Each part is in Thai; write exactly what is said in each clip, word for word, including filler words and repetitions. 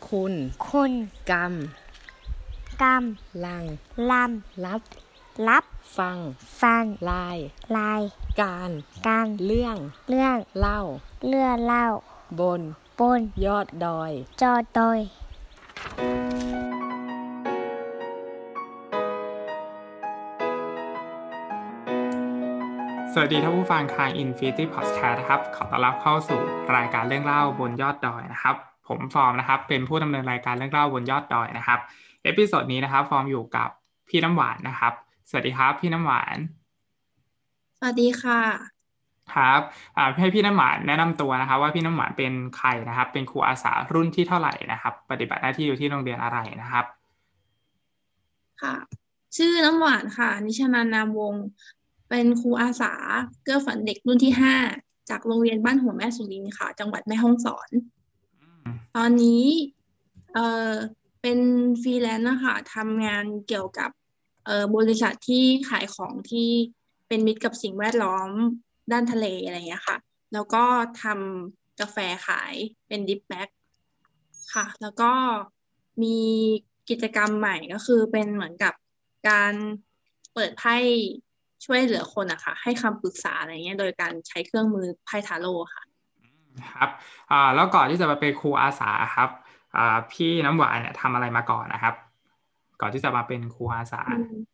คุณคุณกรรมกำลังลรับรับฟังฟังลายลายการการเรื่องเรื่องเล่าเลื่อเล่าบนบนยอดดอยจอดอยสวัสดีท่านผู้ฟังทาง Infinity Podcast นะครับขอต้อนรับเข้าสู่รายการเรื่องเล่าบนยอดดอยนะครับผมฟอร์มนะครับเป็นผู้ดำเนินรายการเรื่องเล่าบนยอดดอยนะครับเอพิโซดนี้นะครับฟอร์มอยู่กับพี่น้ำหวานนะครับสวัสดีครับพี่น้ำหวานสวัสดีค่ะครับอ่าให้พี่น้ำหวานแนะนำตัวนะครับว่าพี่น้ำหวานเป็นใครนะครับเป็นครูอาสารุ่นที่เท่าไหร่นะครับปฏิบัติหน้าที่อยู่ที่โรงเรียนอะไรนะครับค่ะชื่อน้ำหวานค่ะนิชนันท์นามวงศ์เป็นครูอาสาเกื้อฝันเด็กรุ่นที่ห้าจากโรงเรียนบ้านหัวแม่สุรินทร์ค่ะจังหวัดแม่ฮ่องสอนตอนนี้เอ่อเป็นฟรีแลนซ์นะคะทำงานเกี่ยวกับเอ่อบริษัทที่ขายของที่เป็นมิตรกับสิ่งแวดล้อมด้านทะเลอะไรอย่างเงี้ยค่ะแล้วก็ทำกาแฟขายเป็นดิปแบ็กค่ะแล้วก็มีกิจกรรมใหม่ก็คือเป็นเหมือนกับการเปิดไพ่ช่วยเหลือคนอะค่ะให้คำปรึกษาอะไรเงี้ยโดยการใช้เครื่องมือไพ่ทาโร่ค่ะครับอ่าแล้วก่อนที่จะมาเป็นครูอาสาครับอ่าพี่น้ำหวานเนี่ยทำอะไรมาก่อนนะครับก่อนที่จะมาเป็นครูอาสา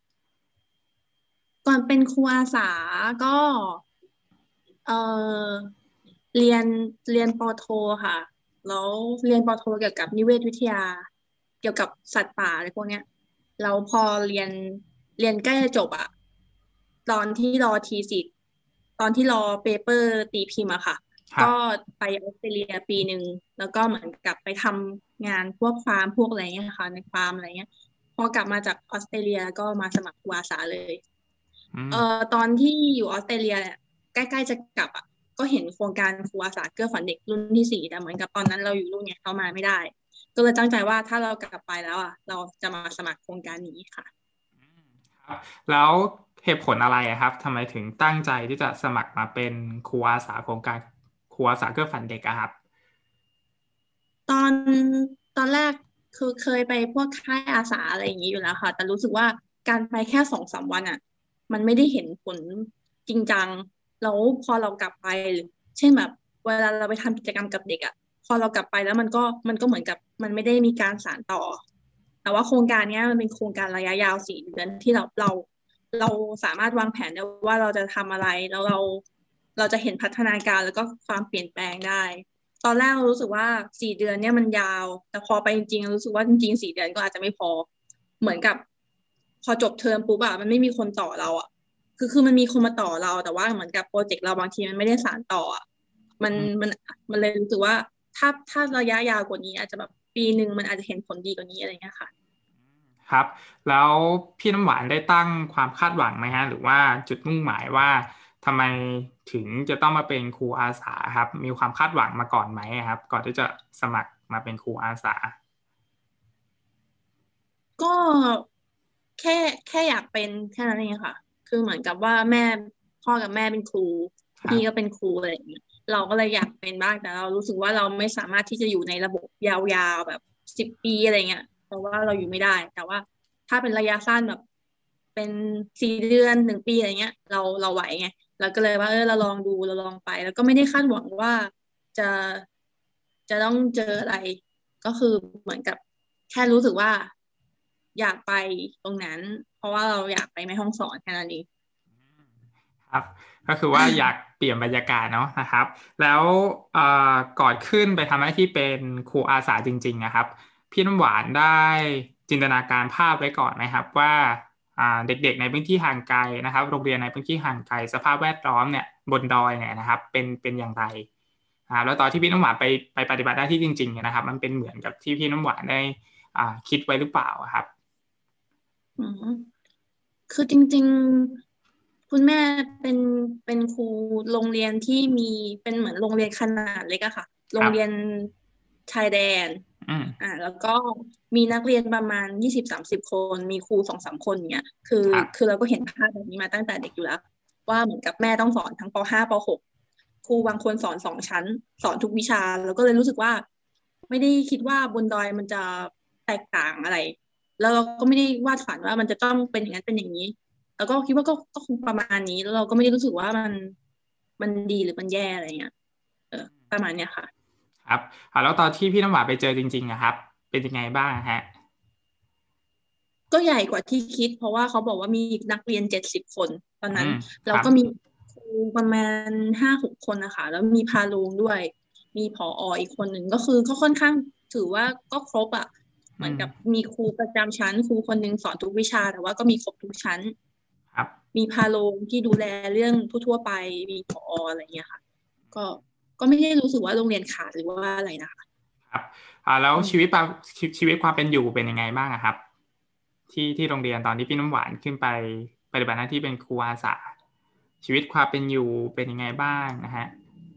ก่อนเป็นครูอาสาก็เออเรียนเรียนปอโทค่ะแล้วเรียนปอโทเกี่ยวกับนิเวศวิทยาเกี่ยวกับสัตว์ป่าอะไรพวกเนี้ยแล้วพอเรียนเรียนใกล้จะจบอะตอนที่รอทีสิทธ์ตอนที่รอเปเปอร์ตีพิมพ์อะค่ะก็ไปออสเตรเลียปีหนึ่งแล้วก็เหมือนกับไปทำงานพวกฟาร์มพวกอะไรเงี้ยค่ะในฟาร์มอะไรเงี้ยพอกลับมาจากออสเตรเลียก็มาสมัครครูอาสาเลยเอ่อตอนที่อยู่ออสเตรเลียเนี่ยใกล้ๆจะกลับอ่ะก็เห็นโครงการครูอาสาเกื้อฝันเด็กรุ่นที่สี่แต่เหมือนกับตอนนั้นเราอยู่รุ่นเนี่ยเขามาไม่ได้ก็เลยตั้งใจว่าถ้าเรากลับไปแล้วอ่ะเราจะมาสมัครโครงการนี้ค่ะครับแล้วเหตุผลอะไรครับทำไมถึงตั้งใจที่จะสมัครมาเป็นครูอาสาโครงการครูอาสาเกื้อฝันเด็กครับตอนตอนแรกคือเคยไปพวกค่ายอาสาอะไรอย่างนี้อยู่แล้วค่ะแต่รู้สึกว่าการไปแค่สองสามวันอ่ะมันไม่ได้เห็นผลจริงจังแล้วพอเรากลับไปเช่นแบบเวลาเราไปทำกิจกรรมกับเด็กอ่ะพอเรากลับไปแล้วมันก็มันก็เหมือนกับมันไม่ได้มีการสานต่อแต่ว่าโครงการนี้มันเป็นโครงการระยะยาวสี่เดือนที่เราเราเราสามารถวางแผนได้ว่าเราจะทำอะไรแล้วเราเราจะเห็นพัฒนาการแล้วก็ความเปลี่ยนแปลงได้ตอนแรกเรารู้สึกว่าสี่เดือนเนี่ยมันยาวแต่พอไปจริงๆรู้สึกว่าจริงๆสี่เดือนก็อาจจะไม่พอเหมือนกับพอจบเทอมปุ๊บอะมันไม่มีคนต่อเราอะคือคือมันมีคนมาต่อเราแต่ว่าเหมือนกับโปรเจกต์เราบางทีมันไม่ได้สานต่ออะมันมันมันเลยรู้สึกว่าถ้าถ้าระยะยาวกว่านี้อาจจะแบบปีหนึ่งมันอาจจะเห็นผลดีกว่านี้อะไรเงี้ยค่ะครับแล้วพี่น้ำหวานได้ตั้งความคาดหวังไหมฮะหรือว่าจุดมุ่งหมายว่าทำไมถึงจะต้องมาเป็นครูอาสาครับมีความคาดหวังมาก่อนไหมครับก่อนที่จะสมัครมาเป็นครูอาสาก็แค่แค่อยากเป็นแค่นั้นเองค่ะคือเหมือนกับว่าแม่พ่อกับแม่เป็นครูพี่ก็เป็นครูอะไรอย่างเงี้ยเราก็เลยอยากเป็นบ้างแต่เรารู้สึกว่าเราไม่สามารถที่จะอยู่ในระบบยาวๆแบบสิบปีอะไรเงี้ยเพราะว่าเราอยู่ไม่ได้แต่ว่าถ้าเป็นระยะสั้นแบบเป็นสี่เดือนหนึ่งปีอะไรเงี้ยเราเราไหวไงเราก็เลยว่าเออเราลองดูเราลองไปแล้วก็ไม่ได้คาดหวังว่าจะจะต้องเจออะไรก็คือเหมือนกับแค่รู้สึกว่าอยากไปตรงนั้นเพราะว่าเราอยากไปแม่ฮ่องสอนแค่นั้นเองครับก็คือว่าอยากเปลี่ยนบรรยากาศเนาะนะครับแล้วเอ่อก่อนขึ้นไปทำหน้าที่เป็นครูอาสาจริงๆนะครับพี่น้ำหวานได้จินตนาการภาพไว้ก่อนไหมครับว่าอ่าเด็กๆในพื้นที่ห่างไกลนะครับโรงเรียนในพื้นที่ห่างไกลสภาพแวดล้อมเนี่ยบนดอยเนี่ยนะครับเป็นเป็นอย่างไรนะครับแล้วตอนที่พี่น้ำหวานไปไปปฏิบัติหน้าที่จริงๆเนี่ยนะครับมันเป็นเหมือนกับที่พี่น้ำหวานได้อ่าคิดไว้หรือเปล่าครับอืมคือจริงๆคุณแม่เป็นเป็นครูโรงเรียนที่มีเป็นเหมือนโรงเรียนขนาดเล็กอะค่ะโรงเรียนชายแดนอืมอ่าแล้วก็มีนักเรียนประมาณยี่สิบสามสิบคนมีครูสองสามคนเนี้ยคือครับคือเราก็เห็นภาพแบบนี้มาตั้งแต่เด็กอยู่แล้วว่าเหมือนกับแม่ต้องสอนทั้งปห้าปหกครูบางคนสอนสองชั้นสอนทุกวิชาแล้วก็เลยรู้สึกว่าไม่ได้คิดว่าบนดอยมันจะแตกต่างอะไร แล้วเราก็ไม่ได้วาดฝันว่ามันจะต้องเป็นอย่างนั้นเป็นอย่างนี้ แล้วก็คิดว่าก็ก็คงประมาณนี้ แล้วเราก็ไม่ได้รู้สึกว่ามันมันดีหรือมันแย่อะไรเงี้ยเออประมาณเนี้ยค่ะครับอ่าแล้วตอนที่พี่น้ำหวานไปเจอจริงๆอะครับ เป็นยังไงบ้างฮะก็ใหญ่กว่าที่คิด เพราะว่าเขาบอกว่ามีนักเรียนเจ็ดสิบคนตอนนั้นอืมคแล้วรับก็มีครูประมาณห้าหกคนนะคะแล้วมีพาโรงด้วย มีผออีกคนหนึ่งก็คือก็ค่อนข้างถือว่าก็ครบอ่ะเหมือนกับมีครูประจำชั้นครูคนหนึ่งสอนทุกวิชาแต่ว่าก็มีครบทุกชั้นครับมีพาโรงที่ดูแลเรื่องทั่วๆไปมีผออะไรเงี้ยค่ะ ก็ก็ไม่ได้รู้สึกว่าโรงเรียนขาดหรือว่าอะไรนะคะครับอ่าแล้วอืมชีวิตปะชีชีวิตความเป็นอยู่เป็นยังไงบ้างอะครับ ที่ที่โรงเรียนตอนที่พี่น้ำหวานขึ้นไปปฏิบัติหน้าที่เป็นครูอาสาชีวิตความเป็นอยู่เป็นยังไงบ้างนะฮะ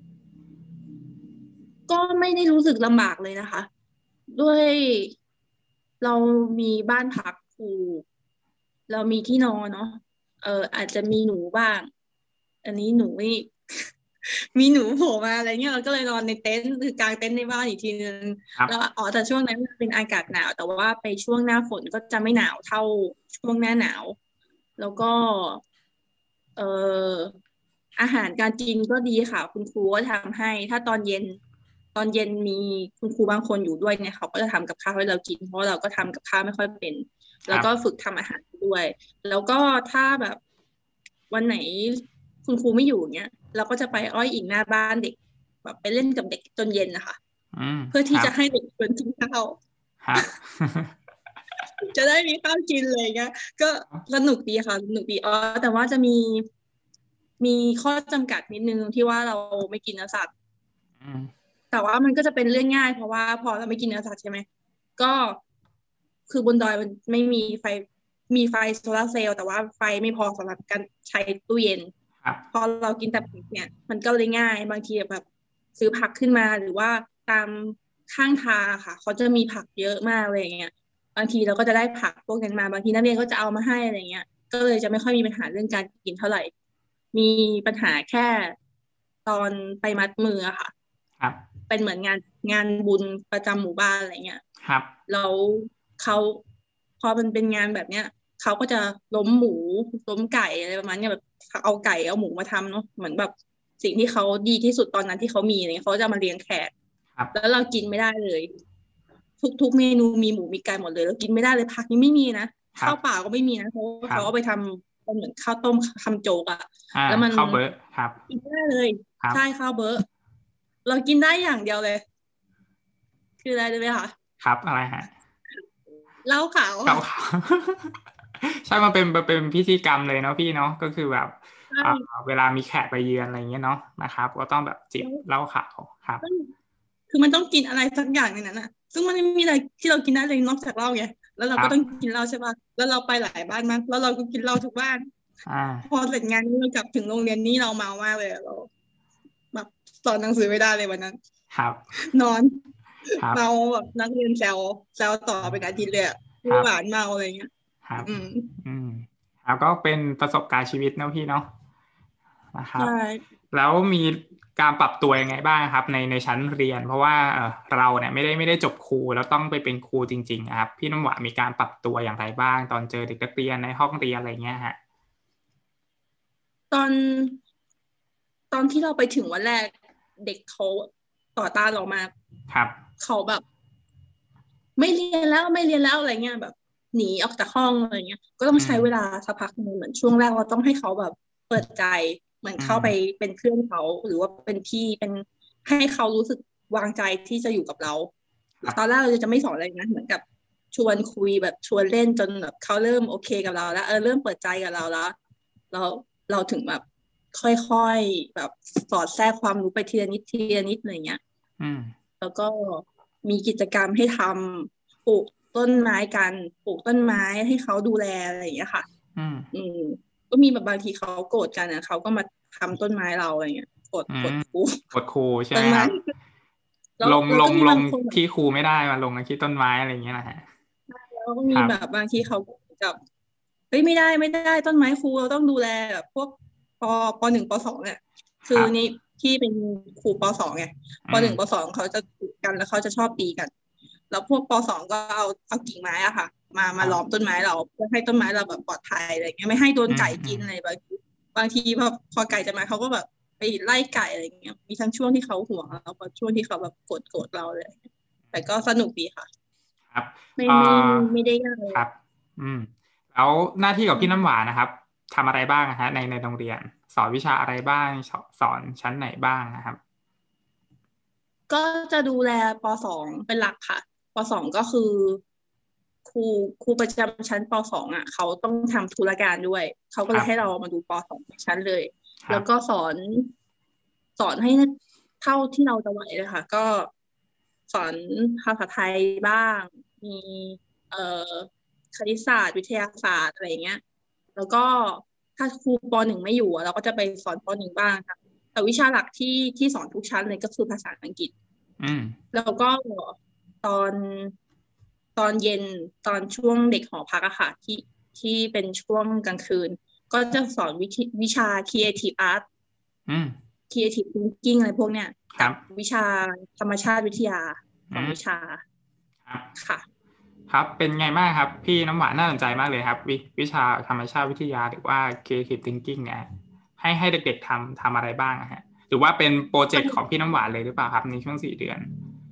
ก็ไม่ได้รู้สึกลำบากเลยนะคะ ด้วยเรามีบ้านพักครูเรามีที่นอนเนาะเอออาจจะมีหนูบ้าง อันนี้หนูไม่ มีหนูโผล่มาอะไรเงี้ยเราก็เลยนอนในเต็นท์คือกางเต็นท์ในบ้านอีกทีนึงครับแล้วอ๋อแต่ช่วงนั้นเป็นอากาศหนาว แต่ว่าไปช่วงหน้าฝนก็จะไม่หนาวเท่าช่วงหน้าหนาว แล้วก็เอ่ออาหารการกินก็ดีค่ะ คุณครูก็ทำให้ ถ้าตอนเย็น ตอนเย็นมีคุณครูบางคนอยู่ด้วยเนี่ยเขาก็จะทำกับข้าวให้เรากิน เพราะเราก็ทำกับข้าวไม่ค่อยเป็น แล้วก็ฝึกทำอาหารด้วย แล้วก็ถ้าแบบวันไหนคุณครูไม่อยู่เนี้ยเราก็จะไปอ้อยอิงหน้าบ้านเด็ก แบบไปเล่นกับเด็กจนเย็นนะคะอืมเพื่อที่คจะรับให้เด็กชวนกินข้าวครับจะได้มีข้าวกินเลยเงี้ยก็สนุกดีค่ะสนุกดีอ๋อแต่ว่าจะมีมีข้อจำกัดนิดนึงที่ว่าเราไม่กินเนื้อสัตว์อืมแต่ว่ามันก็จะเป็นเรื่องง่ายเพราะว่าพอเราไม่กินเนื้อสัตว์ใช่ไหมก็คือบนดอยมันไม่มีไฟมีไฟโซลาร์เซลล์แต่ว่าไฟไม่พอสำหรับการใช้ตู้เย็นครับพอเรากินแต่ผักเนี่ย มันก็เลยง่ายบางทีแบบซื้อผักขึ้นมาหรือว่าตามข้างทางค่ะเขาจะมีผักเยอะมากเลยอย่างเงี้ยบางทีเราก็จะได้ผักพวกนั้นมาบางทีนักเรียนก็จะเอามาให้อะไรเงี้ยก็เลยจะไม่ค่อยมีปัญหาเรื่องการกินเท่าไหร่ มีปัญหาแค่ตอนไปมัดมืออะค่ะครับเป็นเหมือนงานงานบุญประจำหมู่บ้านอะไรเงี้ยครับแล้วเขาพอมันเป็นงานแบบเนี้ยเขาก็จะล้มหมูล้มไก่อะไรประมาณเนี้ยแบบเอาไก่เอาหมูมาทำเนาะเหมือนแบบสิ่งที่เขาดีที่สุดตอนนั้นที่เขามีอะไรเงี้ยเขาจะมาเลี้ยงแขกครับแล้วเรากินไม่ได้เลย ทุกทุกเมนูมีหมูมีไก่หมดเลยเรากินไม่ได้เลยผักนี่ไม่มีนะข้าวเปล่าก็ไม่มีนะเพราะว่าเขาเอาไปทำเป็นเหมือนข้าวต้มทำโจ๊กอะอ่าแล้วมันข้าวเบอร์ครับกินไม่ได้เลยครับใช่ข้าวเบอร์เรากินได้อย่างเดียวเลย คืออะไรรู้ไหมคะครับอะไรฮะเหล้าขาวเกาขาว ใช่มันเป็นมันเป็นพิธีกรรมเลยเนาะพี่เนาะก็คือแบบใช่อ่าเวลามีแขกไปเยือนอะไรอย่างเงี้ยเนาะนะครับ ก็ต้องแบบจิบเหล้าขาวครับคือมันต้องกินอะไรสักอย่างในนั้นอะซึ่งมันไม่มีอะไรที่เรากินได้เลยนอกจากเหล้าไงแล้วเราครัก็บต้องกินเหล้าใช่ป่ะแล้วเราไปหลายบ้านมากแล้วเราก็กินเหล้าทุกบ้านอ่าพอเสร็จงานนี้เรากลับถึงโรงเรียนนี่เราเมามากเลยอะเราแบบสอนหนังสือไม่ได้เลยวันนั้นครับนอนครับเมาแบบนักเรียนแซวแซวต่อเป็นอาทิตย์เลยอะครับหวานเมาอะไรเงี้ยครับอืมอืมครับก็เป็นประสบการณ์ชีวิตเนาะพี่เนาะนะครับใช่แล้วมีการปรับตัวยังไงบ้างครับในในชั้นเรียน เพราะว่าเอ่อเราเนี่ยไม่ได้ไม่ได้จบครูแล้วต้องไปเป็นครูจริงๆนะครับพี่น้ำหวานมีการปรับตัวอย่างไรบ้าง ตอนเจอเด็กนักเรียนในห้องเรียนอะไรเงี้ยฮะตอนตอนที่เราไปถึงวันแรกเด็กเขาต่อต้านเรามากครับเขาแบบ ไม่เรียนแล้วไม่เรียนแล้วอะไรเงี้ยแบบ หนีออกจากห้องอะไรเงี้ย ก็ต้องใช้เวลาสักพักนึงเหมือนช่วงแรกเราต้องให้เขาแบบเปิดใจเหมือนเข้าไปเป็นเพื่อนเขาหรือว่าเป็นพี่เป็นให้เขารู้สึกวางใจที่จะอยู่กับเราครับตอนแรกเราจะไม่สอนอะไรนะเหมือนกับชวนคุยแบบชวนเล่นจนแบบเขาเริ่มโอเคกับเราแล้วเออเริ่มเปิดใจกับเราแล้วแล้วเราถึงแบบค่อยๆแบบสอดแทรกความรู้ไปทีละนิดทีละนิดอะไรเงี้ยอืมแล้วก็มีกิจกรรมให้ทำปลูกต้นไม้กันปลูกต้นไม้ให้เขาดูแลอะไรอย่างเงี้ยค่ะอืมอืม ก็มีแบบบางทีเขาโกรธกันนะเขาก็มาทำต้นไม้เราอะไรเงี้ยกดอืกดมครูกดครูใช่ไหต้มนคไม้รับแล้วลงแล้วลก็งมีลบาง งคนแบบที่ครูไม่ได้มาลงที่ต้นไม้อะไรอย่างเงี้ยนะฮะแล้วก็มีครับแบบบางทีเขากับเฮ้ยไม่ได้ไม่ได้ต้นไม้ครูเราต้องดูแลแบบพวกปปหนึ่งปสองเนี่ยคือครับในทที่เป็นครูปสองไงปหนึ่งอืมปสองเขาจะถูกกันแล้วเขาจะชอบตีกัน แล้วพวกปสองก็เอาเอากิ่งไม้อะค่ะ มามาล้อมต้นไม้เราเพื่อให้ต้นไม้เราแบบปลอดภัยอะไรเงี้ยไม่ให้โดนไก่กินอะไรบางทีบางทีพอพอไก่จะมาเขาก็แบบไปไล่ไก่อะไรเงี้ยมีทั้งช่วงที่เขาห่วงแล้วก็ช่วงที่เขาแบบโกรธโกรธเราเลย แต่ก็สนุกดีค่ะครับไม่เอ่ไม่อไม่ได้ยากเลยครับ อืม แล้วหน้าที่ของพี่น้ำหวานนะครับทำอะไรบ้างนะฮะในในโรงเรียน สอนวิชาอะไรบ้างสอนสอนชั้นไหนบ้างนะครับก็จะดูแลปสองเป็นหลักค่ะปสองก็คือครูครูประจำชั้นปสองอ่ะเขาต้องทำธุรการด้วย เขาก็เลครัยบให้เรามาดูปสองชั้นเลยครับแล้วก็สอนสอนให้เท่าที่เราจะไหวเลยค่ะ ก็สอนภาษาไทยบ้าง มีเอ่อคณิตศาสตร์วิทยาศาสตร์อะไรเงี้ย แล้วก็ถ้าครูปหนึ่งไม่อยู่อะเราก็จะไปสอนปหนึ่งบ้างค่ะ แต่วิชาหลักที่ที่สอนทุกชั้นเลยก็คือภาษาอังกฤษอืมแล้วก็ตอนตอนเย็นตอนช่วงเด็กหอพักอะค่ะที่ที่เป็นช่วงกลางคืน ก็จะสอนวิวิชา Creative Art อืม Creative Thinking อะไรพวกเนี้ยครักับ วิชาธรรมชาติวิทยาสองอืมวิชาครับค่ะครับเป็นไงบ้างครับพี่น้ำหวานน่าสนใจมากเลยครับวิวิชาธรรมชาติวิทยาหรือว่า creative thinking เนี่ยให้ให้เด็กๆทำทำอะไรบ้างอะฮะหรือว่าเป็นโปรเจกต์ของพี่น้ำหวานเลยหรือเปล่าครับในช่วงสี่เดือน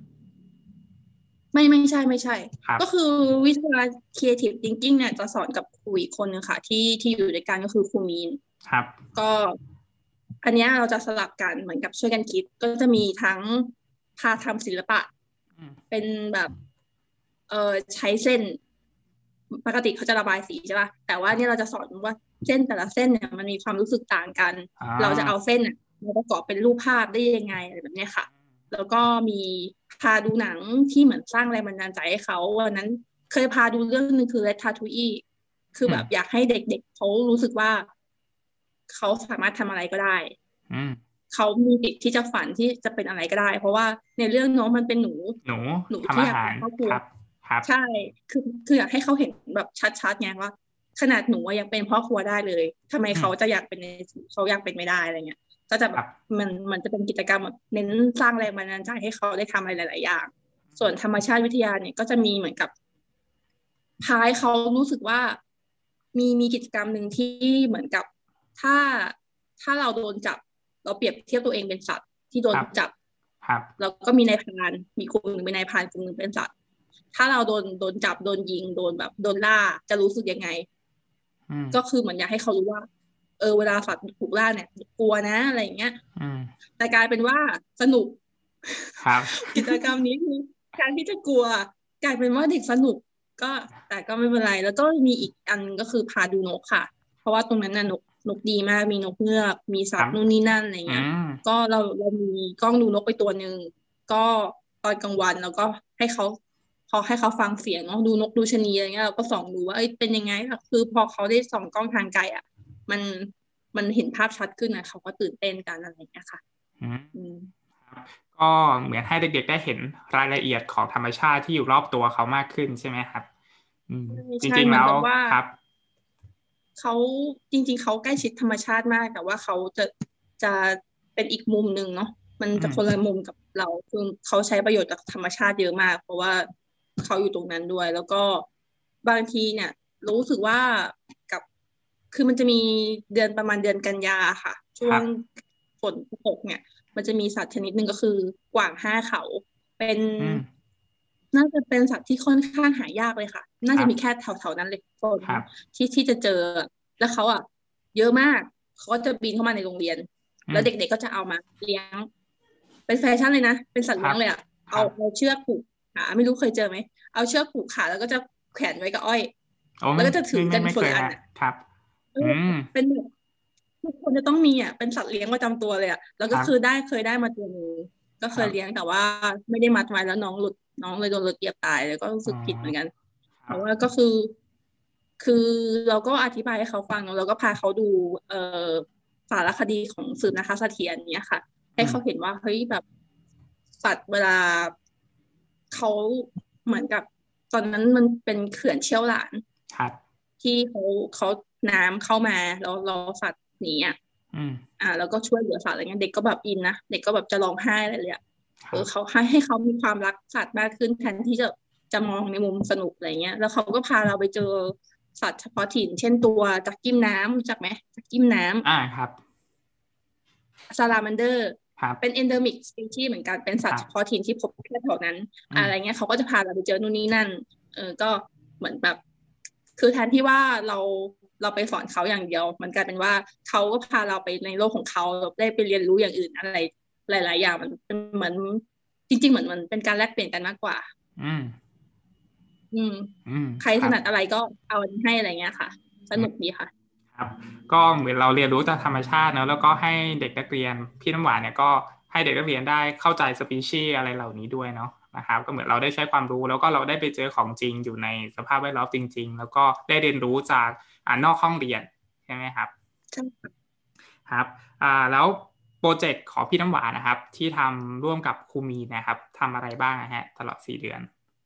ไม่ไม่ใช่ไม่ใช่ครับก็คือวิชา Creative Thinking เนี่ยจะสอนกับครูอีกคนนึงค่ะ ที่ที่อยู่ด้วยกันก็คือครูมีนครับก็อันเนี้ยเราจะสลับกันเหมือนกับช่วยกันคิด ก็จะมีทั้งพาทำศิลปะอืมเป็นแบบเออใช้เส้น ปกติเขาจะระบายสีใช่ป่ะแต่ว่าเนี่ยเราจะสอนว่าเส้นแต่ละเส้นเนี่ยมันมีความรู้สึกต่างกันอ่าเราจะเอาเส้นเนี่ยมาประกอบเป็นรูปภาพได้ยังไงอะไรแบบเนี้ยค่ะ แล้วก็มีพาดูหนังที่เหมือนสร้างแรงบันดาลใจให้เขาวันนั้นเคยพาดูเรื่องนึงคือ Ratatouille คือแบบอยากให้เด็กๆเขารู้สึกว่าเขาสามารถทำอะไรก็ได้อืมเขามีสิทธิ์ที่จะฝันที่จะเป็นอะไรก็ได้ เพราะว่าในเรื่องน้องมันเป็นหนูหนูหนูทำที่อาอยากหาเป็รนครอบครัวครับครับใช่ คือคืออยากให้เขาเห็นแบบชัดๆไงว่า ขนาดหนูอะยังเป็นพ่อครัวได้เลยทำไมอืมเขาจะอยากเป็นในสิ่งเขาอยากเป็นไม่ได้อะไรเงี้ย ก็จะแบครับ บมันมันจะเป็นกิจกรรมแบบเน้นสร้างแรงบันดาลใจให้เขาได้ทำอะไรหลายๆอย่าง ส่วนธรรมชาติวิทยาเนี่ยก็จะมีเหมือนกับพาให้เขารู้สึกว่ามีมีกิจกรรมหนึ่งที่เหมือนกับถ้าถ้าเราโดนจับ เราเปรียบเทียบตัวเองเป็นสัตว์ที่โดนครับจับครับแล้วก็มีนายพรานมีกลุ่มหนึ่งเป็นนายพรานกลุ่มหนึ่งเป็นสัตว์ ถ้าเราโดนโดนจับโดนยิงโดนแบบโดนล่าจะรู้สึกยังไงอืมก็คือเหมือนอยากให้เขารู้ว่า เออเวลาสัตว์ถูกล่าเนี่ยกลัวนะอะไรอย่างเงี้ยอืมแต่กลายเป็นว่าสนุกครับกิจกรรมนี้คือการที่จะกลัว กลายเป็นว่าเด็กสนุก ก็แต่ก็ไม่เป็นไร แล้วก็มีอีกอันก็คือพาดูนกค่ะ เพราะว่าตรงนั้นน่ะนกนกดีมากมีนกเงือกมีสัตครัว์บนู่นนี่นั่นอะไรอืเงี้ยมก็เราเรามีกล้องดูนกไปตัวหนึ่งก็ตอนกลางวันแล้วก็ให้เขาพอให้เขาฟังเสียงเนาะดูนกดูชะนีอะไรเงี้ยเราก็ส่องดูว่าเอ้ยเป็นยังไงล่ะคือพอเขาได้ส่องกล้องทางไกลอ่ะ มันมันเห็นภาพชัดขึ้นนะเขาก็ตื่นเต้นกันอะไรอย่างเงี้ยค่ะอืมอืมครับก็เหมือนให้เด็กๆได้เห็นรายละเอียดของธรรมชาติที่อยู่รอบตัวเขามากขึ้นใช่ไหมครับ อืม จใช่ริงๆเหมือแล้นวกับว่าครับเขาจริง ๆเขาใกล้ชิดธรรมชาติมากแต่ว่าเขาจะจะเป็นอีกมุมหนึ่งเนาะมันจะอืมคนละมุมกับเราคือเขาใช้ประโยชน์จากธรรมชาติเยอะมาก เพราะว่าเขาอยู่ตรงนั้นด้วย แล้วก็บางทีเนี่ย รู้สึกว่ากับ คือมันจะมีเดือนประมาณเดือนกันยาค่ะ ช่วครังบฝนตกเนี่ย มันจะมีสัตว์ชนิดหนึ่งก็คือกวางห้าเขา เป็นอืมน่าจะเป็นสัตว์ที่ค่อนข้างหายากเลยค่ะ น่าครัจะบมีแค่แถวๆนั้นเลยโซนครับที่ที่จะเจอ แล้วเขาอ่ะ เยอะมาก เขาก็จะบินเข้ามาในโรงเรียนอืแล้วมเด็กๆก็จะเอามาเลี้ยง เป็นแฟชั่นเลยนะ เป็นสัตว์ครัเลี้ยบงเลยอ่ะคเอารับเอาเชือกผูกขา ไม่รู้เคยเจอไหม เอาเชือกผูกขาแล้วก็จะแขวนไว้กับอ้อยโอ้แล้ไม่วก็จะถืไม่อไมกันไม่คเคน ยละอันฮะน่ะครับเออือมเป็นแบบ ทุกคนจะต้องมีอ่ะ เป็นสัตว์เลี้ยงประจำตัวเลยอ่ะ แล้วคก็รับคือได้เคยได้มาตัวหนึ่ง ก็เคครัยบเลี้ยง แต่ว่าไม่ได้มัดไว้แล้วน้องหลุด น้องเลยโดนรถเหยียบตาย แล้วก็รู้อ๋สึอกผิดเหมือนกันคแตรั่ บว่าก็คือ คือเราก็อธิบายให้เขาฟังเนาะ แล้วก็พาเขาดู เอ่อ สารคดีของสืบนาคเสถียร เงี้ยค่ะ ใหอื้เขามเห็นว่า เฮ้ย แบบ สัตว์เวลา เขาเหมือนกับ ตอนนั้นมันเป็นเขื่อนเชี่ยวหลานครับที่เขา เขา น้ำเข้ามา แล้ว แล้วสัตว์หนีอะอืมอ่าแล้วก็ช่วยเหลือสัตว์อะไรเงี้ยเด็กก็แบบอินนะเด็กก็แบบจะร้องไห้อะไรเลยอะคเอรับอเขาให้ให้เขามีความรักสัตว์มากขึ้นแทนที่จะจะมองในมุมสนุกอะไรเงี้ยแล้วเขาก็พาเราไปเจอสัตว์เฉพาะถิ่น เช่นตัวจักกิ้มน้ำรู้จักไหมจักกิ้มน้อ่าครับำซาลามันเดอร์ครับเป็น endemic species เหมือนกันเป็นสัตว์เฉพาะถิ่นที่พบแค่แถวนั้นอือะไรมเงี้ยเขาก็จะพาเราไปเจอนู่นนี่นั่นเออก็เหมือนแบบ คือแทนที่ว่าเราเราไปสอนเขาอย่างเดียว มันกลายเป็นว่าเขาก็พาเราไปในโลกของเขาได้ไปเรียนรู้อย่างอื่นอะไรหลาย ๆ อย่างมันเป็นเหมือนจริง ๆ เหมือนมันเป็นการแลกเปลี่ยนกันมากกว่าอืมอืมอืมใครคถรับนัดอะไรก็เอาอันนี้ให้อะไรเงี้ยค่ะ สนุกดีค่ะครับ ก็เหมือนเราเรียนรู้จากธรรมชาติเนอะแล้วก็ให้เด็กนักเรียนพี่น้ำหวานเนี่ยก็ให้เด็กนักเรียนได้เข้าใจสปีชีส์อะไรเหล่านี้ด้วยเนาะนะครับก็เหมือนเราได้ใช้ความรู้แล้วก็เราได้ไปเจอของจริงอยู่ในสภาพแวดล้อมจริง ๆ แล้วก็ได้เรียนรู้จากอ่านอกห้องเรียนใช่ไหมครับใช่ค่ะครับอ่าแล้วโปรเจกต์ของพี่น้ำหวานนะครับ ที่ทำร่วมกับครูมีนะครับทำอะไรบ้างนะฮะตลอดสี่เดือน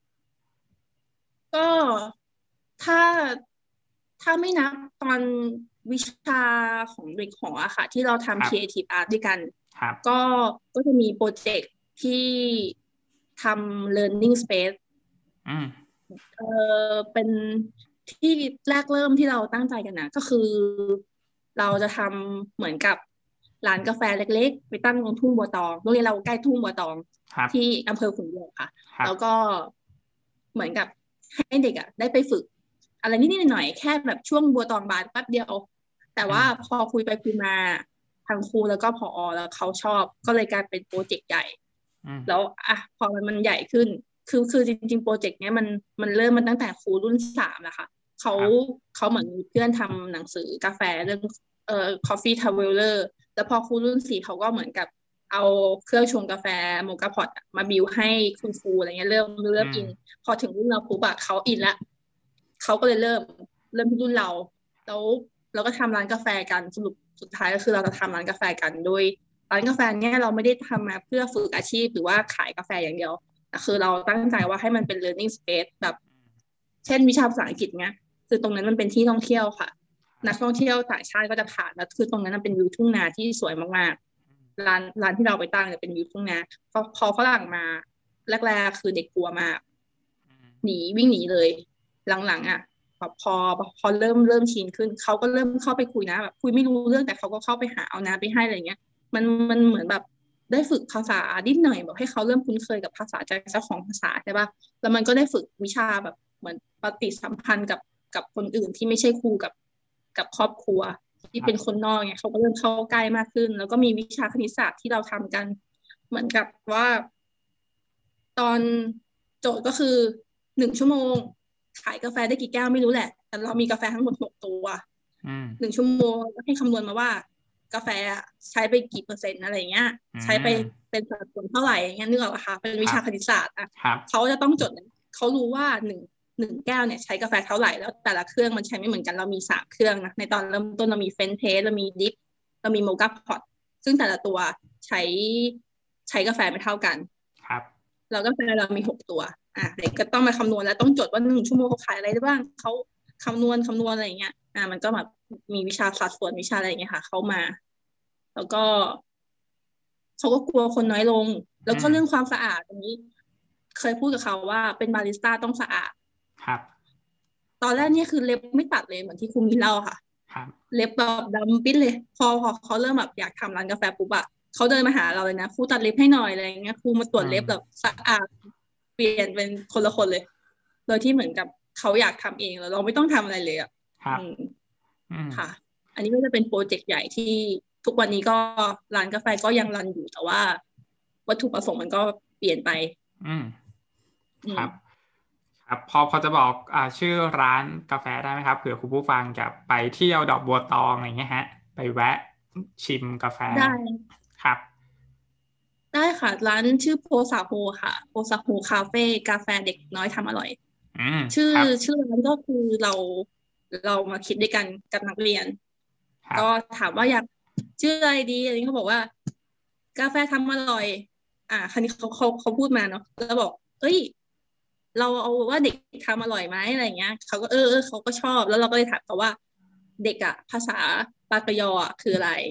ก็ถ้าถ้าไม่นับตอนวิชาของเด็กหออะค่ะ ที่เราครับทำ Creative Art ด้วยกันครับก็ก็จะมีโปรเจกต์ที่ทำ Learning Space อืมเออเป็นที่แรกเริ่มที่เราตั้งใจกันนะก็คือเราจะทำเหมือนกับร้านกาแฟเล็กๆไปตั้งตรงทุ่งบัวตองโรงเรียนเราใกล้ทุ่งบัวตองครับที่อำเภอขุนยวมค่ะครับแล้วก็เหมือนกับให้เด็กอ่ะได้ไปฝึก อะไรนิดๆหน่อยๆแค่แบบช่วงบัวตองบานแป๊บเดียว แต่ว่าพอคุยไปคุยมาทางครูแล้วก็ผอแล้วเขาชอบก็เลยกลายเป็นโปรเจกต์ใหญ่อืมแล้วอ่ะพอมันมันใหญ่ขึ้น คือคือจริงๆ โปรเจกต์เนี้ยมันมันเริ่มมาตั้งแต่ครูรุ่นสามแล้วค่ะเขาครับเขาเหมือนมีเพื่อนทำหนังสือกาแฟเรื่องเอ่อ Coffee Traveler แล้วพอครูรุ่นสี่เขาก็เหมือนกับเอาเครื่องชงกาแฟโมกาพอตมาบิวให้คุณครูอะไรเงี้ยเริ่มเริ่มอืมอิน พอถึงรุ่นเราปุ๊บอะเขาอินละเขาก็เลยเริ่มเริ่มที่รุ่นเรา แล้วเราก็ทำร้านกาแฟกันสรุปสุดท้ายก็คือเราจะทำร้านกาแฟกันโดยร้านกาแฟเนี้ยเราไม่ได้ทำมาเพื่อฝึกอาชีพหรือว่าขายกาแฟอย่างเดียวแต่คือเราตั้งใจว่าให้มันเป็น learning space แบบเช่นวิชาภาษาอังกฤษเนี้ยคือตรงนั้นมันเป็นที่ท่องเที่ยวค่ะนักท่องเที่ยวต่างชาติก็จะผ่านแล้วคือตรงนั้นมันเป็นวิวทุ่งนาที่สวยมากๆร้านร้านที่เราไปตั้งเนี่ยเป็นวิวทุ่งนาพอพอฝรั่งมาแรกๆคือเด็กกลัวมากหนีวิ่งหนีเลยหลังๆอ่ะพอพอพอเริ่มเริ่มชินขึ้นเขาก็เริ่มเข้าไปคุยนะแบบคุยไม่รู้เรื่องแต่เขาก็เข้าไปหาเอาน้ำไปให้อะไรเงี้ยมันมันเหมือนแบบได้ฝึกภาษานิดหน่อยแบบให้เขาเริ่มคุ้นเคยกับภาษาจากเจ้าของภาษาใช่ป่ะแล้วมันก็ได้ฝึกวิชาแบบเหมือนปฏิสัมพันธ์กับกับคนอื่นที่ไม่ใช่ครูกับกับครอบครัวที่เป็นคนนอกเนี่ยเขาก็เริ่มเข้าใกล้มากขึ้น แล้วก็มีวิชาคณิตศาสตร์ที่เราทำกันเหมือนกับว่า ตอนโจทย์ก็คือหนึ่งชั่วโมงขายกาแฟได้กี่แก้วไม่รู้แหละแต่เรามีกาแฟทั้งหมดหกตัวหนึ่งชั่วโมงให้คำนวณมาว่ากาแฟใช้ไปกี่เปอร์เซ็นต์อะไรเงี้ยใช้ไปเป็นสัดส่วนเท่าไหร่เงี้ยนึกออกปะคะเป็นวิชาคณิตศาสตร์อ่ะเขาจะต้องจดเขารู้ว่าหนึ่งหนึ่งแก้วเนี่ยใช้กาแฟเท่าไหร่แล้วแต่ละเครื่องมันใช้ไม่เหมือนกันเรามีสามเครื่องนะในตอนเริ่มต้นเรามีเฟนเทสเรามีดิฟเรามีโมกาพอตซึ่งแต่ละตัวใช้ใช้กาแฟไม่เท่ากันครับแล้วกาแฟเรามีหกตัวอ่ะเด็กก็ต้องมาคำนวณแล้วต้องจดว่าหนึ่งชั่วโมงเขาขายอะไรได้บ้างเขาคำนวณคำนวณอะไรอย่างเงี้ยอ่ะมันก็แบบมีวิชาสัดส่วนวิชาอะไรอย่างเงี้ยค่ะเข้ามาแล้วก็เขาก็กลัวคนน้อยลงแล้วก็เรื่องความสะอาดตรงนี้เคยพูดกับเขาว่าเป็นบาริสต้าต้องสะอาดครับตอนแรกเนี่ยคือเล็บไม่ตัดเลยเหมือนที่ครูมีเล่าค่ะครับเล็บแบบดำปิ๊ดเลยพอพอเขาเริ่มแบบอยากทำร้านกาแฟปุ๊บอะเขาเดินมาหาเราเลยนะครูตัดเล็บให้หน่อยอะไรอย่างเงี้ยครูมาตรวจเล็บแบบสะอาดเปลี่ยนเป็นคนละคนเลยโดยที่เหมือนกับเขาอยากทำเองแล้วเราไม่ต้องทำอะไรเลยอ่ะครับค่ะ อันนี้ก็จะเป็นโปรเจกต์ใหญ่ที่ทุกวันนี้ก็ร้านกาแฟก็ยังรันอยู่แต่ว่าวัตถุประสงค์มันก็เปลี่ยนไปอืมครับครับพอพอจะบอกอ่าชื่อร้านกาแฟได้ไหมครับเผื่อคุณผู้ฟังจะไปเที่ยวดอกบัวตองอะไรเงี้ยฮะไปแวะชิมกาแฟได้ครับได้ค่ะร้านชื่อโพซาโฮค่ะโพซาโฮคาเฟ่กาแฟเด็กน้อยทำอร่อยชื่อชื่อร้านก็คือเราเรามาคิดด้วยกันกับนักเรียนก็ถามว่าอยากชื่ออะไรดีอะไรนี้เขาบอกว่ากาแฟทำอร่อยอ่าคราวนี้เขาเขาเขาพูดมาเนาะแล้วบอกเอ้ยเราเอาว่าเด็กทำอร่อยไหมอะไรเงี้ยเขาก็เออเออเขาก็ชอบแล้วเราก็เลยถามเขาว่าเด็กอะภาษาปากยออะคืออะไร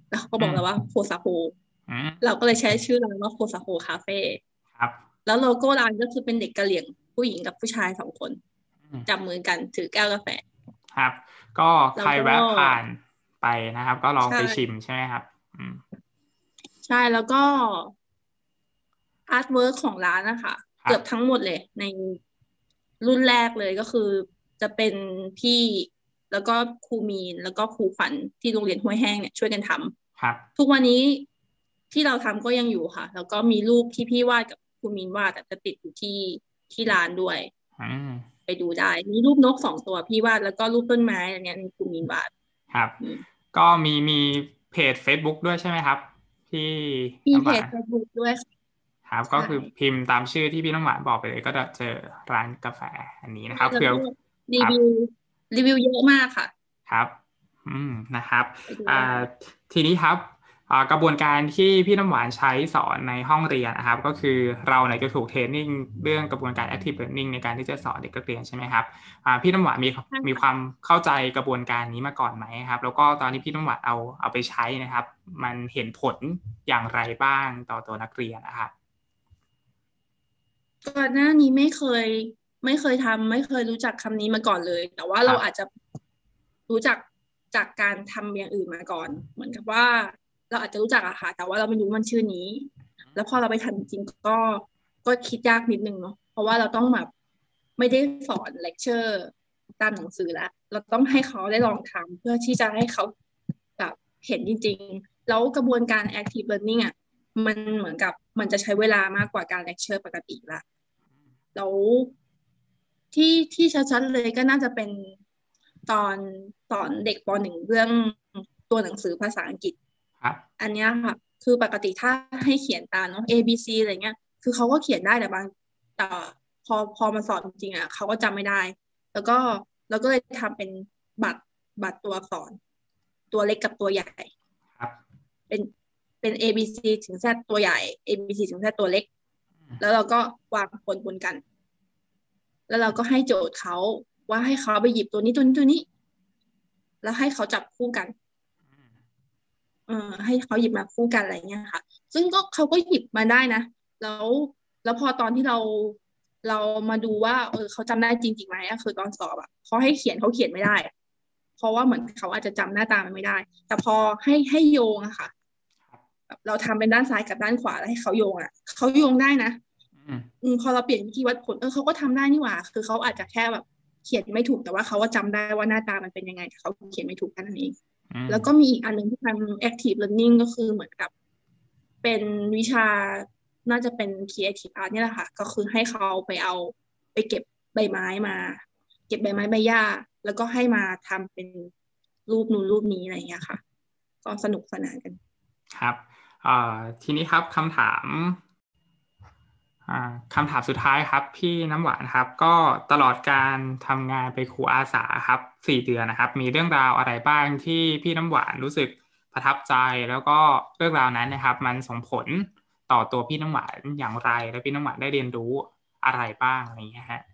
แล้วเขาก็บอกเราว่าโคซาโฮอืมเราก็เลยใช้ชื่อร้านว่าโคซาโฮคาเฟ่ครับแล้วโลโก้ร้านก็คือเป็นเด็กกะเหรี่ยงผู้หญิงกับผู้ชายสองคนอืมจับมือกันถือแก้วกาแฟครับ ก็ใครแล้วก็แวะผ่านไปนะครับ ก็ลองใช่ไปชิมใช่ไหมครับ อืมใช่แล้วก็อาร์ตเวิร์กของร้านนะคะครับเกือบทั้งหมดเลยในรุ่นแรกเลยก็คือจะเป็นพี่แล้วก็ครูมีนแล้วก็ครูขวัญที่โรงเรียนห้วยแห้งเนี่ยช่วยกันทำครับทุกวันนี้ที่เราทำก็ยังอยู่ค่ะ แล้วก็มีรูปที่พี่วาดกับครูมีนวาดแต่จะติดอยู่ที่ที่ร้านด้วยอืมไปดูได้มีรูปนกสองตัวพี่วาดแล้วก็รูปต้นไม้อันเนี้ยครูมีนวาดครับอืมก็มีมีเพจ Facebook ด้วยใช่ไหมครับที่มีน้ำหวานเพจเฟซบุ๊กด้วยค่ะครับก็ใช่คือพิมพ์ตามชื่อที่พี่น้ำหวานบอกไปเลยก็จะเจอร้านกาแฟอันนี้นะครับเผื่อแล้วก็รีครับวิวรีวิวเยอะมากค่ะครับอืมนะครับไปดูอ่าได้ทีนี้ครับอ่ากระบวนการที่พี่น้ำหวานใช้สอนในห้องเรียนนะครับก็คือเราเนี่ยจะถูกเทรนนิ่งเรื่องกระบวนการ active learning ในการที่จะสอนเด็กนักเรียนใช่ไหมครับอ่าพี่น้ำหวานมีใช่ค่ะมีความเข้าใจกระบวนการนี้มาก่อนไหมครับแล้วก็ตอนที่พี่น้ำหวานเอาเอาไปใช้นะครับมันเห็นผลอย่างไรบ้างต่อตัวนักเรียนนะครับก่อนหน้านี้ไม่เคยไม่เคยทำไม่เคยรู้จักคำนี้มาก่อนเลย แต่ว่าครับเราอาจจะรู้จักจากการทำอย่างอื่นมาก่อน เหมือนกับว่าเราอาจจะรู้จักอะค่ะแต่ว่าเราไม่รู้มันชื่อนี้ แล้วพอเราไปทำจริงๆก็ก็คิดยากนิดนึงเนาะเพราะว่าเราต้องแบบไม่ได้สอนเลคเชอร์ตามหนังสือแล้วเราต้องให้เขาได้ลองทำเพื่อที่จะให้เขาแบบเห็นจริงๆแล้วกระบวนการ active learning อ่ะมันเหมือนกับมันจะใช้เวลามากกว่าการเลคเชอร์ปกติละแล้วที่ที่ชัดๆเลยก็น่าจะเป็นตอนสอนเด็กปหนึ่งเรื่องตัวหนังสือภาษาอังกฤษครับอันเนี้ยค่ะคือปกติถ้าให้เขียนตามเนาะ A B C อะไรเงี้ยคือเขาก็เขียนได้แต่บางแต่พอพอมาสอนจริงๆอ่ะเขาก็จำไม่ได้ แล้วก็เราก็เลยทำเป็นบัตรบัตรตัวอักษรตัวเล็กกับตัวใหญ่ครับเป็นเป็น A B C ถึง Z ตัวใหญ่ A B C ถึง Z ตัวเล็ก แล้วเราก็วางปนปนกัน แล้วเราก็ให้โจทย์เขาว่าให้เขาไปหยิบตัวนี้ตัวนี้ตัวนี้ แล้วให้เขาจับคู่กัน เออให้เขาหยิบมาคู่กันอะไรเงี้ยค่ะ ซึ่งก็เขาก็หยิบมาได้นะ แล้วแล้วพอตอนที่เราเรามาดูว่าเออเขาจำได้จริงๆไหมอะคือตอนสอบอะเขาให้เขียนเขาเขียนไม่ได้ เพราะว่าเหมือนเขาอาจจะจำหน้าตามันไม่ได้ แต่พอให้ให้โยงอะค่ะแบบเราทำเป็นด้านซ้ายกับด้านขวาแล้วให้เขาโยงอะเขาโยงได้นะอืมอืมพอเราเปลี่ยนวิธีวัดผลเออเขาก็ทำได้นี่หว่า คือเขาอาจจะแค่แบบเขียนไม่ถูกแต่ว่าเขาก็จำได้ว่าหน้าตามันเป็นยังไงแต่เขาเขียนไม่ถูกแค่นั้นเองอืมแล้วก็มีอีกอันหนึ่งที่ทำ active learning ก็คือเหมือนกับเป็นวิชาน่าจะเป็น creative art นี่แหละค่ะ ก็คือให้เขาไปเอาไปเก็บใบไม้มา เก็บใบไม้ใบหญ้า แล้วก็ให้มาทำเป็นรูปนู้นรูปนี้อะไรอย่างเงี้ยค่ะ ก็สนุกสนานกันครับอ่าทีนี้ครับคำถามอ่าคำถามสุดท้ายครับพี่น้ำหวานครับก็ตลอดการทำงานเป็นครูอาสาครับสี่เดือนนะครับมีเรื่องราวอะไรบ้างที่พี่น้ำหวานรู้สึกประทับใจแล้วก็เรื่องราวนั้นนะครับมันส่งผลต่อตัวพี่น้ำหวานอย่างไรและพี่น้ำหวานได้เรียนรู้อะไรบ้างอะไรอย่างเงี้ยฮะ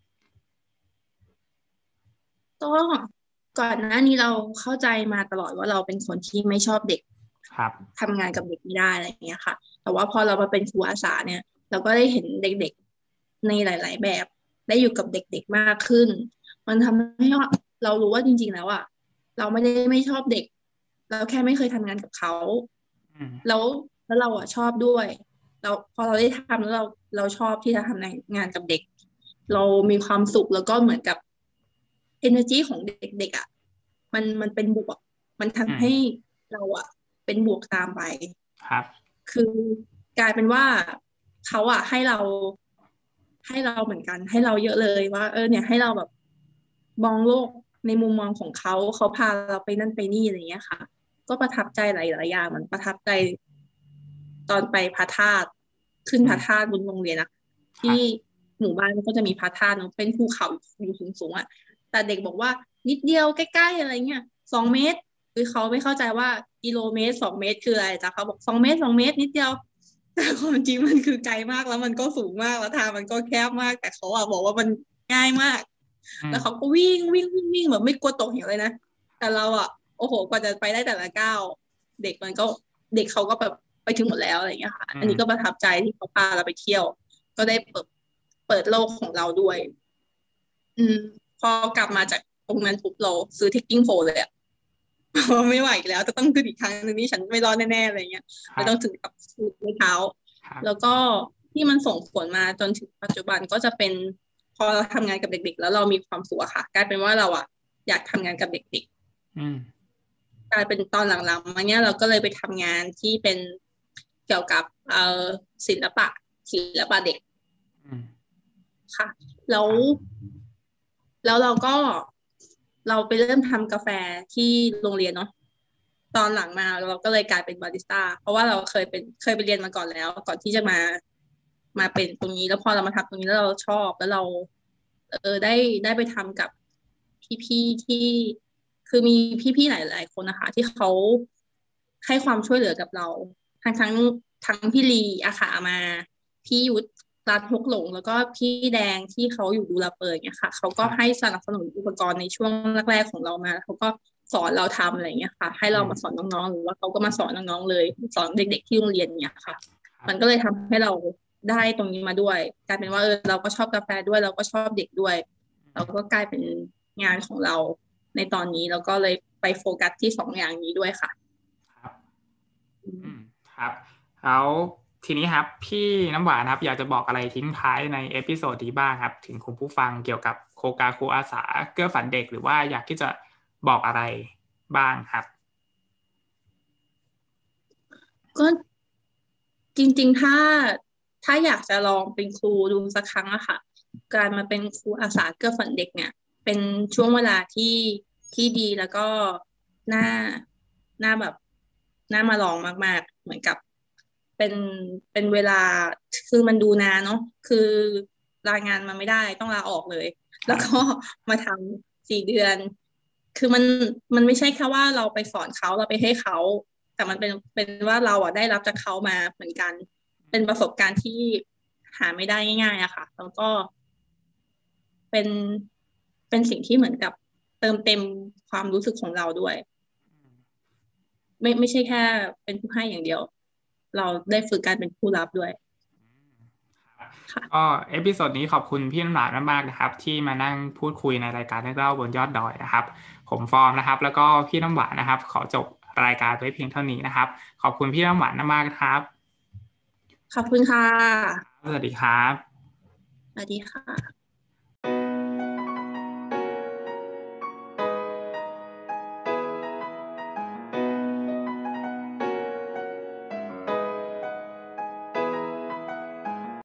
ก็ก่อนหน้านี้เราเข้าใจมาตลอดว่าเราเป็นคนที่ไม่ชอบเด็กครับทำงานกับเด็กไม่ได้อะไรอย่างเงี้ยค่ะ แต่ว่าพอเรามาเป็นครูอาสาเนี่ย เราก็ได้เห็นเด็กๆในหลาย ๆ แบบ ได้อยู่กับเด็กๆมากขึ้น มันทำให้เรารู้ว่าจริง ๆ แล้วอ่ะเราไม่ได้ไม่ชอบเด็ก เราแค่ไม่เคยทำงานกับเขาอืมแล้วแล้วเราอ่ะชอบด้วยเราพอเราได้ทำแล้วเราเราชอบที่จะทำงานกับเด็ก เรามีความสุขแล้วก็เหมือนกับ energy ของเด็กๆอ่ะมันมันเป็นบวกมันอืมทำให้เราอ่ะเป็นบวกตามไปครับคือกลายเป็นว่าเขาอ่ะให้เราให้เราเหมือนกัน ให้เราเยอะเลยว่าเออเนี่ยให้เราแบบมองโลกในมุมมองของเขาเขาพาเราไปนั่นไปนี่อะไรอย่างเงี้ยค่ะ ก็ประทับใจหลายๆอย่างมันประทับใจตอนไปพระธาตุขึ้นพระธาตุบนโรงเรียนนะที่หมู่บ้านมันก็จะมีพระธาตุเนาะเป็นภูเขาอยู่สูงๆอ่ะแต่เด็กบอกว่านิดเดียวใกล้ๆอะไรเงี้ยสองเมตรคือเขาไม่เข้าใจว่ากิโลเมตรสองเมตรคืออะไรจ้ะเขาบอกสองเมตรสองเมตรนิดเดียวแต่ความจริงมันคือไกลมากแล้วมันก็สูงมากแล้วทางมันก็แคบมากแต่เขาอะบอกว่ามันง่ายมากแล้วเขาก็วิ่งวิ่งวิ่งวิ่งแบบไม่กลัวตกเหวเลยนะแต่เราอะโอ้โหกว่าจะไปได้แต่ละก้าวเด็กมันก็เด็กเขาก็แบบไปถึงหมดแล้วอะไรอย่างเงี้ยค่ะ อันนี้ก็ประทับใจที่เขาพาเราไปเที่ยว ก็ได้เปิดเปิดโลกของเราด้วย อืม พอกลับมาจากตรงนั้นปุ๊บเราซื้อเทคกิ้งโพลเลยอะ ไม่ไหวอีกแล้วจะต้องขึ้นอีกครั้งนึงนี่ฉันไม่รอดแน่ๆอะไรเงี้ยครัไม่บต้องถึงกับสูดในเท้าครับแล้วก็ที่มันส่งผลมาจนถึงปัจจุบันก็จะเป็นพอเราทำงานกับเด็กๆ แล้วเรามีความสุขอะค่ะ กลายเป็นว่าเราอะอยากทำงานกับเด็กอืมๆ กลายเป็นตอนหลังๆมาเนี้ยเราก็เลยไปทำงานที่เป็นเกี่ยวกับเอ่อศิลปะศิลปะเด็กอืมค่ะ แล้วแล้วเราก็เราไปเริ่มทำกาแฟที่โรงเรียนเนาะตอนหลังมาเราก็เลยกลายเป็นบาริสต้าเพราะว่าเราเคยเป็นเคยไปเรียนมาก่อนแล้ว ก่อนที่จะมามาเป็นตรงนี้แล้วพอเรามาทำตรงนี้แล้วเราชอบแล้วเรา เออได้ได้ไปทำกับพี่ๆที่คือมีพี่ๆหลายๆคนนะคะ ที่เขาให้ความช่วยเหลือกับเราทั้งทั้งทั้งพี่ลีอาขามาพี่ยุทธร้านฮกหลง แล้วก็พี่แดงที่เขาอยู่ดูลาเปิดเนี่ยค่ะเขาก็ให้สนับสนุนอุปกรณ์ในช่วงแรกๆของเรามาแล้วเขาก็สอนเราทำอะไรเงี้ยค่ะ ให้เรามาสอนน้องๆหรือว่าเขาก็มาสอนน้องๆเลยสอนเด็กๆที่โรงเรียนเนี่ยค่ะ มันก็เลยทำให้เราได้ตรงนี้มาด้วยกลายเป็นว่าเออเราก็ชอบกาแฟด้วยเราก็ชอบเด็กด้วย เราก็กลายเป็นงานของเราในตอนนี้แล้วก็เลยไปโฟกัสที่สองอย่างนี้ด้วยค่ะครับ อืม ครับ แล้วทีนี้ครับพี่น้ำหวานครับอยากจะบอกอะไรทิ้งท้ายในเอพิโซดนี้บ้างครับ ถึงคุณผู้ฟังเกี่ยวกับโครงการครูอาสาเกื้อฝันเด็กหรือว่าอยากที่จะบอกอะไรบ้างครับก็จริงๆถ้าถ้าอยากจะลองเป็นครูดูสักครั้งอะค่ะ การมาเป็นครูอาสาเกื้อฝันเด็กเนี่ย เป็นช่วงเวลาที่ที่ดีแล้วก็น่าน่าแบบน่ามาลองมากๆ เหมือนกับเป็นเป็นเวลาคือมันดูนานเนาะคือลางานมาไม่ได้ต้องลาออกเลย แล้วก็มาทำสี่เดือน คือมันมันไม่ใช่แค่ว่าเราไปสอนเขาเราไปให้เขา แต่มันเป็นเป็นว่าเราอ่ะได้รับจากเขามาเหมือนกัน เป็นประสบการณ์ที่หาไม่ได้ง่ายๆอะค่ะ แล้วก็เป็นเป็นสิ่งที่เหมือนกับเติมเต็มความรู้สึกของเราด้วย ไม่ไม่ใช่แค่เป็นผู้ให้อย่างเดียว เราได้ฝึกการเป็นผู้รับด้วยก็เอพิโซดนี้ขอบคุณพี่น้ำหวานมากๆนะครับ ที่มานั่งพูดคุยในรายการเรื่องเล่าบนยอดดอยนะครับ ผมฟอร์มนะครับ แล้วก็พี่น้ำหวานนะครับ ขอจบรายการไว้เพียงเท่านี้นะครับ ขอบคุณพี่น้ำหวานมากๆครับขอบคุณค่ะสวัสดีครับสวัสดีค่ะ